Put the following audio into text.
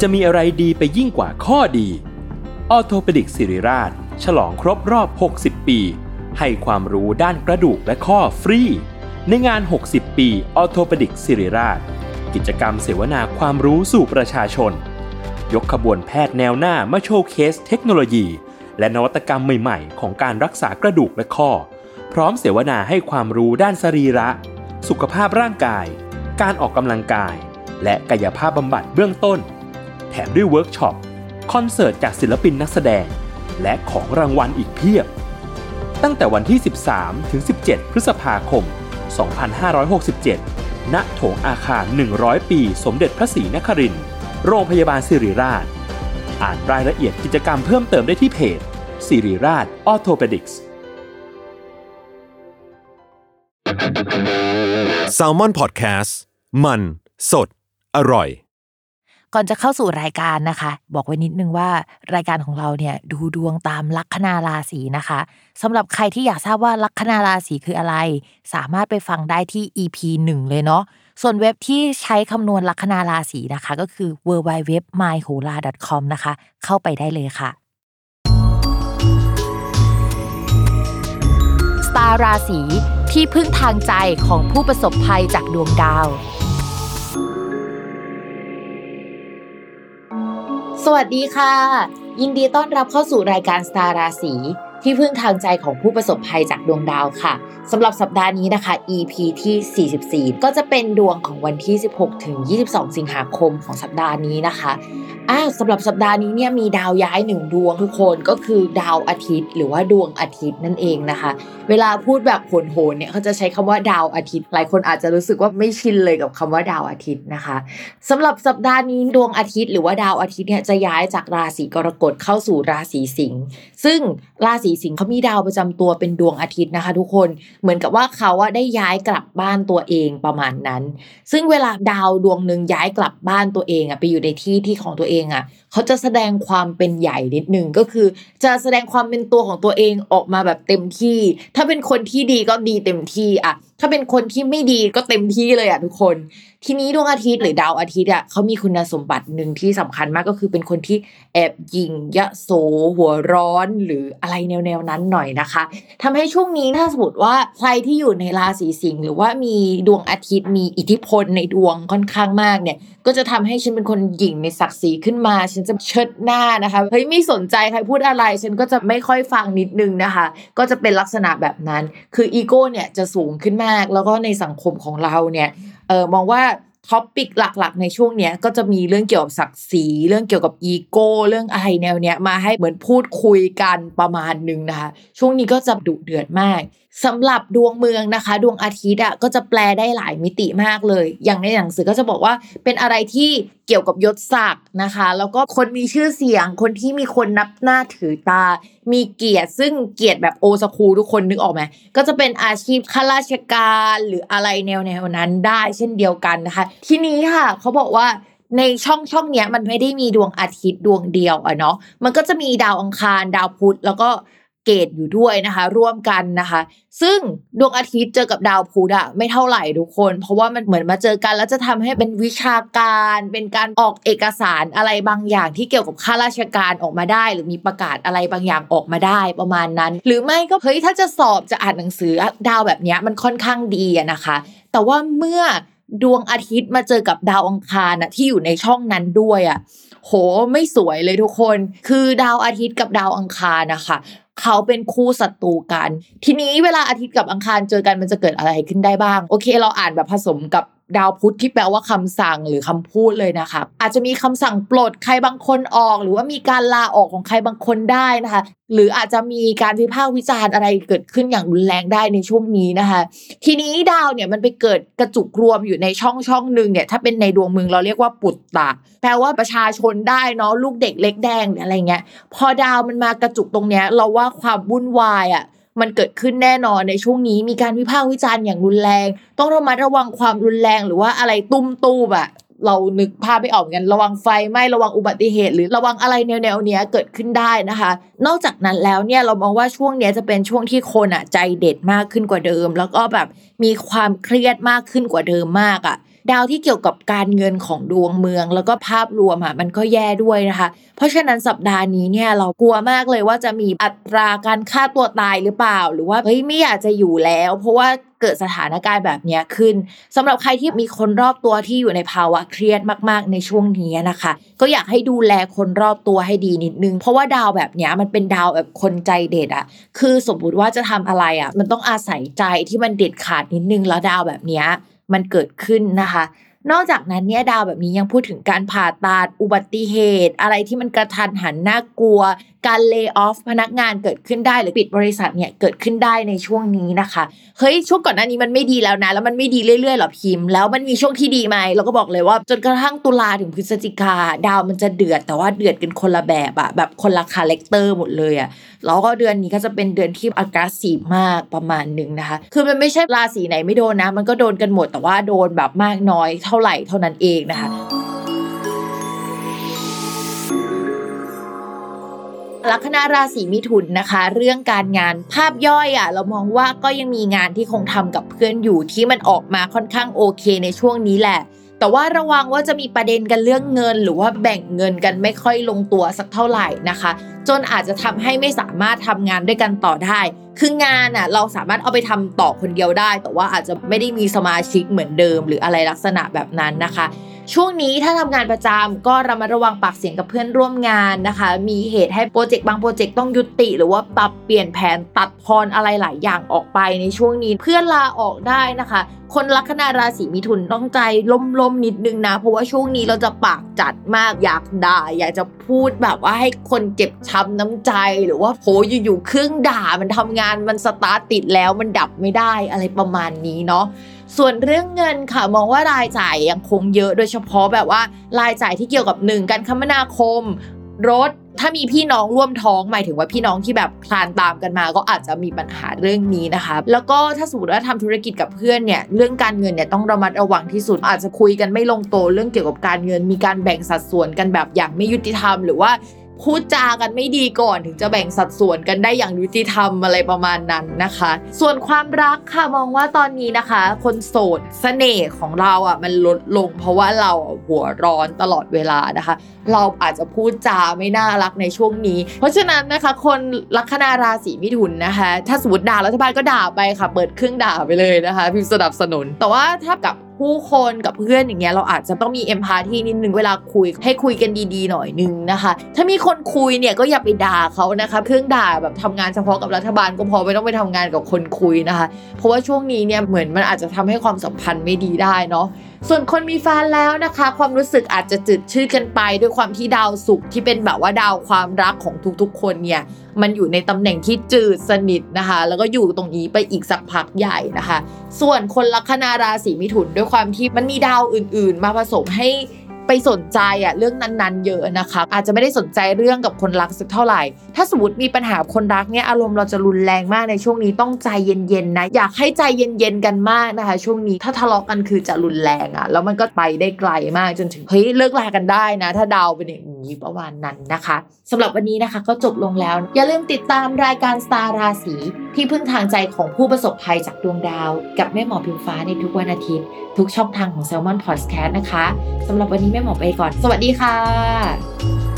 จะมีอะไรดีไปยิ่งกว่าข้อดีออร์โธเปดิกศิริราชฉลองครบรอบ60ปีให้ความรู้ด้านกระดูกและข้อฟรีในงาน60ปีออร์โธเปดิกศิริราชกิจกรรมเสวนาความรู้สู่ประชาชนยกขบวนแพทย์แนวหน้ามาโชว์เคสเทคโนโลยีและนวัตกรรมใหม่ๆของการรักษากระดูกและข้อพร้อมเสวนาให้ความรู้ด้านสรีระสุขภาพร่างกายการออกกำลังกายและกายภาพบำบัดเบื้องต้นแถมด้วยเวิร์กช็อปคอนเสิร์ตจากศิลปินนักแสดงและของรางวัลอีกเพียบตั้งแต่วันที่ 13 ถึง 17 พฤษภาคม 2567 ณ โถงอาคาร 100 ปีสมเด็จพระศรีนครินทร์โรงพยาบาลศิริราชอ่านรายละเอียดกิจกรรมเพิ่มเติมได้ที่เพจศิริราชออร์โธเปดิกส์ Salmon Podcast มันสดอร่อยก่อนจะเข้าสู่รายการนะคะบอกไว้นิดนึงว่ารายการของเราเนี่ยดูดวงตามลัคนาราศีนะคะสำหรับใครที่อยากทราบว่าลัคนาราศีคืออะไรสามารถไปฟังได้ที่ EP 1 เลยเนาะส่วนเว็บที่ใช้คำนวณลัคนาราศีนะคะก็คือ www.myhola.com นะคะเข้าไปได้เลยค่ะสตาร์ราศีที่พึ่งทางใจของผู้ประสบภัยจากดวงดาวสวัสดีค่ะยินดีต้อนรับเข้าสู่รายการสตาร์ราศีที่พึ่งทางใจของผู้ประสบภัยจากดวงดาวค่ะสำหรับสัปดาห์นี้นะคะ EP ที่44ก็จะเป็นดวงของวันที่16ถึง22สิงหาคมของสัปดาห์นี้นะคะสำหรับสัปดาห์นี้เนี่ยมีดาวย้าย1ดวงทุกคนก็คือดาวอาทิตย์หรือว่าดวงอาทิตย์นั่นเองนะคะเวลาพูดแบบโหนๆเนี่ยเขาจะใช้คำว่าดาวอาทิตย์หลายคนอาจจะรู้สึกว่าไม่ชินเลยกับคำว่าดาวอาทิตย์นะคะสำหรับสัปดาห์นี้ดวงอาทิตย์หรือว่าดาวอาทิตย์เนี่ยจะย้ายจากราศีกรกฎเข้าสู่ราศีสิงห์ซึ่งราศีสิงห์เขามีดาวประจำตัวเป็นดวงอาทิตย์นะคะทุกคนเหมือนกับว่าเขาได้ย้ายกลับบ้านตัวเองประมาณนั้นซึ่งเวลาดาวดวงนึงย้ายกลับบ้านตัวเองไปอยู่ในที่ของตัวเองเขาจะแสดงความเป็นใหญ่นิดนึงก็คือจะแสดงความเป็นตัวของตัวเองออกมาแบบเต็มที่ถ้าเป็นคนที่ดีก็ดีเต็มที่ถ้าเป็นคนที่ไม่ดีก็เต็มที่เลยทุกคนทีนี้ดวงอาทิตย์หรือดาวอาทิตย์เขามีคุณสมบัติหนึ่งที่สำคัญมากก็คือเป็นคนที่แอบหยิ่งยโสหัวร้อนหรืออะไรแนวนั้นหน่อยนะคะทำให้ช่วงนี้ถ้าสมมติว่าใครที่อยู่ในราศีสิงห์หรือว่ามีดวงอาทิตย์มีอิทธิพลในดวงค่อนข้างมากเนี่ยก็จะทำให้ฉันเป็นคนหยิ่งในศักดิ์ศรีขึ้นมาฉันจะเชิดหน้านะคะเฮ้ยไม่สนใจใครพูดอะไรฉันก็จะไม่ค่อยฟังนิดนึงนะคะก็จะเป็นลักษณะแบบนั้นคืออีโก้เนี่ยจะสูงขึ้นมากแล้วก็ในสังคมของเราเนี่ยมองว่าท็อปปิกหลักๆในช่วงเนี้ยก็จะมีเรื่องเกี่ยวกับศักดิ์ศรีเรื่องเกี่ยวกับอีโก้เรื่องอะไรแนวเนี้ยมาให้เหมือนพูดคุยกันประมาณนึงนะคะช่วงนี้ก็จะดุเดือดมากสำหรับดวงเมืองนะคะดวงอาทิตย์ก็จะแปลได้หลายมิติมากเลยอย่างในหนังสือก็จะบอกว่าเป็นอะไรที่เกี่ยวกับยศศักดิ์นะคะแล้วก็คนมีชื่อเสียงคนที่มีคนนับหน้าถือตามีเกียรติซึ่งเกียรติแบบโอสคูทุกคนนึกออกไหมก็จะเป็นอาชีพข้าราชการหรืออะไรแนวนั้นได้เช่นเดียวกันนะคะทีนี้ค่ะเขาบอกว่าในช่องเนี้ยมันไม่ได้มีดวงอาทิตย์ดวงเดียวเนาะมันก็จะมีดาวอังคารดาวพุธแล้วก็เกตอยู่ด้วยนะคะร่วมกันนะคะซึ่งดวงอาทิตย์เจอกับดาวพุธไม่เท่าไหร่ทุกคนเพราะว่ามันเหมือนมาเจอกันแล้วจะทำให้เป็นวิชาการเป็นการออกเอกสารอะไรบางอย่างที่เกี่ยวกับข้าราชการออกมาได้หรือมีประกาศอะไรบางอย่างออกมาได้ประมาณนั้นหรือไม่ก็เฮ้ยถ้าจะสอบจะอ่านหนังสือดาวแบบนี้มันค่อนข้างดีนะคะแต่ว่าเมื่อดวงอาทิตย์มาเจอกับดาวอังคารที่อยู่ในช่องนั้นด้วยโหไม่สวยเลยทุกคนคือดาวอาทิตย์กับดาวอังคารนะคะเขาเป็นคู่ศัตรูกันทีนี้เวลาอาทิตย์กับอังคารเจอกันมันจะเกิดอะไรขึ้นได้บ้างโอเคเราอ่านแบบผสมกับดาวพุธที่แปลว่าคำสั่งหรือคำพูดเลยนะคะอาจจะมีคำสั่งปลดใครบางคนออกหรือว่ามีการลาออกของใครบางคนได้นะคะหรืออาจจะมีการวิพากษ์วิจารณ์อะไรเกิดขึ้นอย่างรุนแรงได้ในช่วงนี้นะคะทีนี้ดาวเนี่ยมันไปเกิดกระจุกรวมอยู่ในช่องนึงเนี่ยถ้าเป็นในดวงเมืองเราเรียกว่าปุตตะแปลว่าประชาชนได้เนาะลูกเด็กเล็กแดงอะไรเงี้ยพอดาวมันมากระจุกตรงเนี้ยเราว่าความวุ่นวายมันเกิดขึ้นแน่นอนในช่วงนี้มีการวิพากษ์วิจารณ์อย่างรุนแรงต้องระมัดระวังความรุนแรงหรือว่าอะไรตุ้มเรานึกภาพไม่ออกเหมือนกันระวังไฟไหม้ระวังอุบัติเหตุหรือระวังอะไรแนวเนี้ยเกิดขึ้นได้นะคะนอกจากนั้นแล้วเนี่ยเรามองว่าช่วงเนี้ยจะเป็นช่วงที่คนใจเด็ดมากขึ้นกว่าเดิมแล้วก็แบบมีความเครียดมากขึ้นกว่าเดิมมากดาวที่เกี่ยวกับการเงินของดวงเมืองแล้วก็ภาพรวมมันก็แย่ด้วยนะคะเพราะฉะนั้นสัปดาห์นี้เนี่ยเรากลัวมากเลยว่าจะมีอัตราการฆ่าตัวตายหรือเปล่าหรือว่าไม่อยากจะอยู่แล้วเพราะว่าเกิดสถานการณ์แบบนี้ขึ้นสำหรับใครที่มีคนรอบตัวที่อยู่ในภาวะเครียดมากๆในช่วงนี้นะคะก็อยากให้ดูแลคนรอบตัวให้ดีนิดนึงเพราะว่าดาวแบบนี้มันเป็นดาวแบบคนใจเด็ดคือสมมุติว่าจะทำอะไรมันต้องอาศัยใจที่มันเด็ดขาดนิดนึงแล้วดาวแบบนี้มันเกิดขึ้นนะคะนอกจากนั้นเนี่ยดาวแบบนี้ยังพูดถึงการผ่าตัดอุบัติเหตุอะไรที่มันกระทันหันน่ากลัวการเลย์ออฟพนักงานเกิดขึ้นได้หรือปิดบริษัทเนี่ยเกิดขึ้นได้ในช่วงนี้นะคะช่วงก่อนหน้านี้มันไม่ดีแล้วนะแล้วมันไม่ดีเรื่อยๆหรอพิมพ์แล้วมันมีช่วงที่ดีไหมเราก็บอกเลยว่าจนกระทั่งตุลาถึงพฤศจิกาดาวมันจะเดือดแต่ว่าเดือดกันคนละแบบคนละคาแรคเตอร์หมดเลยแล้วก็เดือนนี้ก็จะเป็นเดือนที่ aggressive มากประมาณนึงนะคะคือมันไม่ใช่ราศีไหนไม่โดนนะมันก็โดนกันหมดแต่ว่าโดนแบบมากน้อยเท่าไหร่เท่านั้นเองนะคะลัคนาราศีมิถุนนะคะเรื่องการงานภาพย่อยเรามองว่าก็ยังมีงานที่คงทำกับเพื่อนอยู่ที่มันออกมาค่อนข้างโอเคในช่วงนี้แหละแต่ว่าระวังว่าจะมีประเด็นกันเรื่องเงินหรือว่าแบ่งเงินกันไม่ค่อยลงตัวสักเท่าไหร่นะคะจนอาจจะทำให้ไม่สามารถทำงานด้วยกันต่อได้คืองานเราสามารถเอาไปทำต่อคนเดียวได้แต่ว่าอาจจะไม่ได้มีสมาชิกเหมือนเดิมหรืออะไรลักษณะแบบนั้นนะคะช่วงนี้ถ้าทำงานประจำก็ระมัดระวังปากเสียงกับเพื่อนร่วมงานนะคะมีเหตุให้โปรเจกต์บางโปรเจกต์ต้องยุติหรือว่าปรับเปลี่ยนแผนตัดทอนอะไรหลายอย่างออกไปในช่วงนี้เพื่อนลาออกได้นะคะคนลัคนาราศีมิถุนต้องใจล่มๆนิดนึงนะเพราะว่าช่วงนี้เราจะปากจัดมากอยากด่าอยากจะพูดแบบว่าให้คนเจ็บช้ำน้ำใจหรือว่าอยู่ๆเครื่องด่ามันทำงานมันสตาร์ทติดแล้วมันดับไม่ได้อะไรประมาณนี้เนาะส่วนเรื่องเงินค่ะมองว่ารายจ่ายยังคงเยอะโดยเฉพาะแบบว่ารายจ่ายที่เกี่ยวกับ1การคมนาคมรถถ้ามีพี่น้องร่วมท้องหมายถึงว่าพี่น้องที่แบบคลานตามกันมาก็อาจจะมีปัญหาเรื่องนี้นะคะแล้วก็ถ้าสมมติว่าทำธุรกิจกับเพื่อนเนี่ยเรื่องการเงินเนี่ยต้องระมัดระวังที่สุดอาจจะคุยกันไม่ลงตัวเรื่องเกี่ยวกับการเงินมีการแบ่งสัดส่วนกันแบบอย่างไม่ยุติธรรมหรือว่าพูดจากันไม่ดีก่อนถึงจะแบ่งสัดส่วนกันได้อย่างยุติธรรมอะไรประมาณนั้นนะคะส่วนความรักค่ะมองว่าตอนนี้นะคะคนโสดเสน่ห์ของเรามันลดลงเพราะว่าเราหัวร้อนตลอดเวลานะคะเราอาจจะพูดจาไม่น่ารักในช่วงนี้เพราะฉะนั้นนะคะคนลัคนาราศีมิถุนนะคะถ้าสมมติด่ารัฐบาลก็ด่าไปค่ะเปิดเครื่องด่าไปเลยนะคะพิมพ์สนับสนุนแต่ว่าถ้ากับผู้คนกับเพื่อนอย่างเงี้ยเราอาจจะต้องมีเอมพาธีนิดนึงเวลาคุยให้คุยกันดีๆหน่อยนึงนะคะถ้ามีคนคุยเนี่ยก็อย่าไปด่าเขานะคะเครื่องด่าแบบทำงานเฉพาะกับรัฐบาลก็พอไม่ต้องไปทำงานกับคนคุยนะคะเพราะว่าช่วงนี้เนี่ยเหมือนมันอาจจะทำให้ความสัมพันธ์ไม่ดีได้เนาะส่วนคนมีแฟนแล้วนะคะความรู้สึกอาจจะจืดชืดกันไปด้วยความที่ดาวศุกร์ที่เป็นแบบว่าดาวความรักของทุกๆคนเนี่ยมันอยู่ในตำแหน่งที่จืดสนิทนะคะแล้วก็อยู่ตรงนี้ไปอีกสักพักใหญ่นะคะส่วนคนลัคนาราศีมิถุนด้วยความที่มันมีดาวอื่นๆมาผสมให้ไปสนใจเรื่องนั้นๆเยอะนะคะอาจจะไม่ได้สนใจเรื่องกับคนรักสักเท่าไหร่ถ้าสมมติมีปัญหาคนรักเนี่ยอารมณ์เราจะรุนแรงมากในช่วงนี้ต้องใจเย็นๆนะอยากให้ใจเย็นๆกันมากนะคะช่วงนี้ถ้าทะเลาะกันคือจะรุนแรงแล้วมันก็ไปได้ไกลมากจนถึงเลิกลากันได้นะถ้าดาวเป็นอย่างนี้ประมาณนั้นนะคะสำหรับวันนี้นะคะก็จบลงแล้วอย่าลืมติดตามรายการสตาร์ราศีที่พึ่งทางใจของผู้ประสบภัยจากดวงดาวกับแม่หมอพิมฟ้าในทุกวันอาทิตย์ทุกช่องทางของ Salmon Podcast นะคะสำหรับวันนี้แม่หมอไปก่อนสวัสดีค่ะ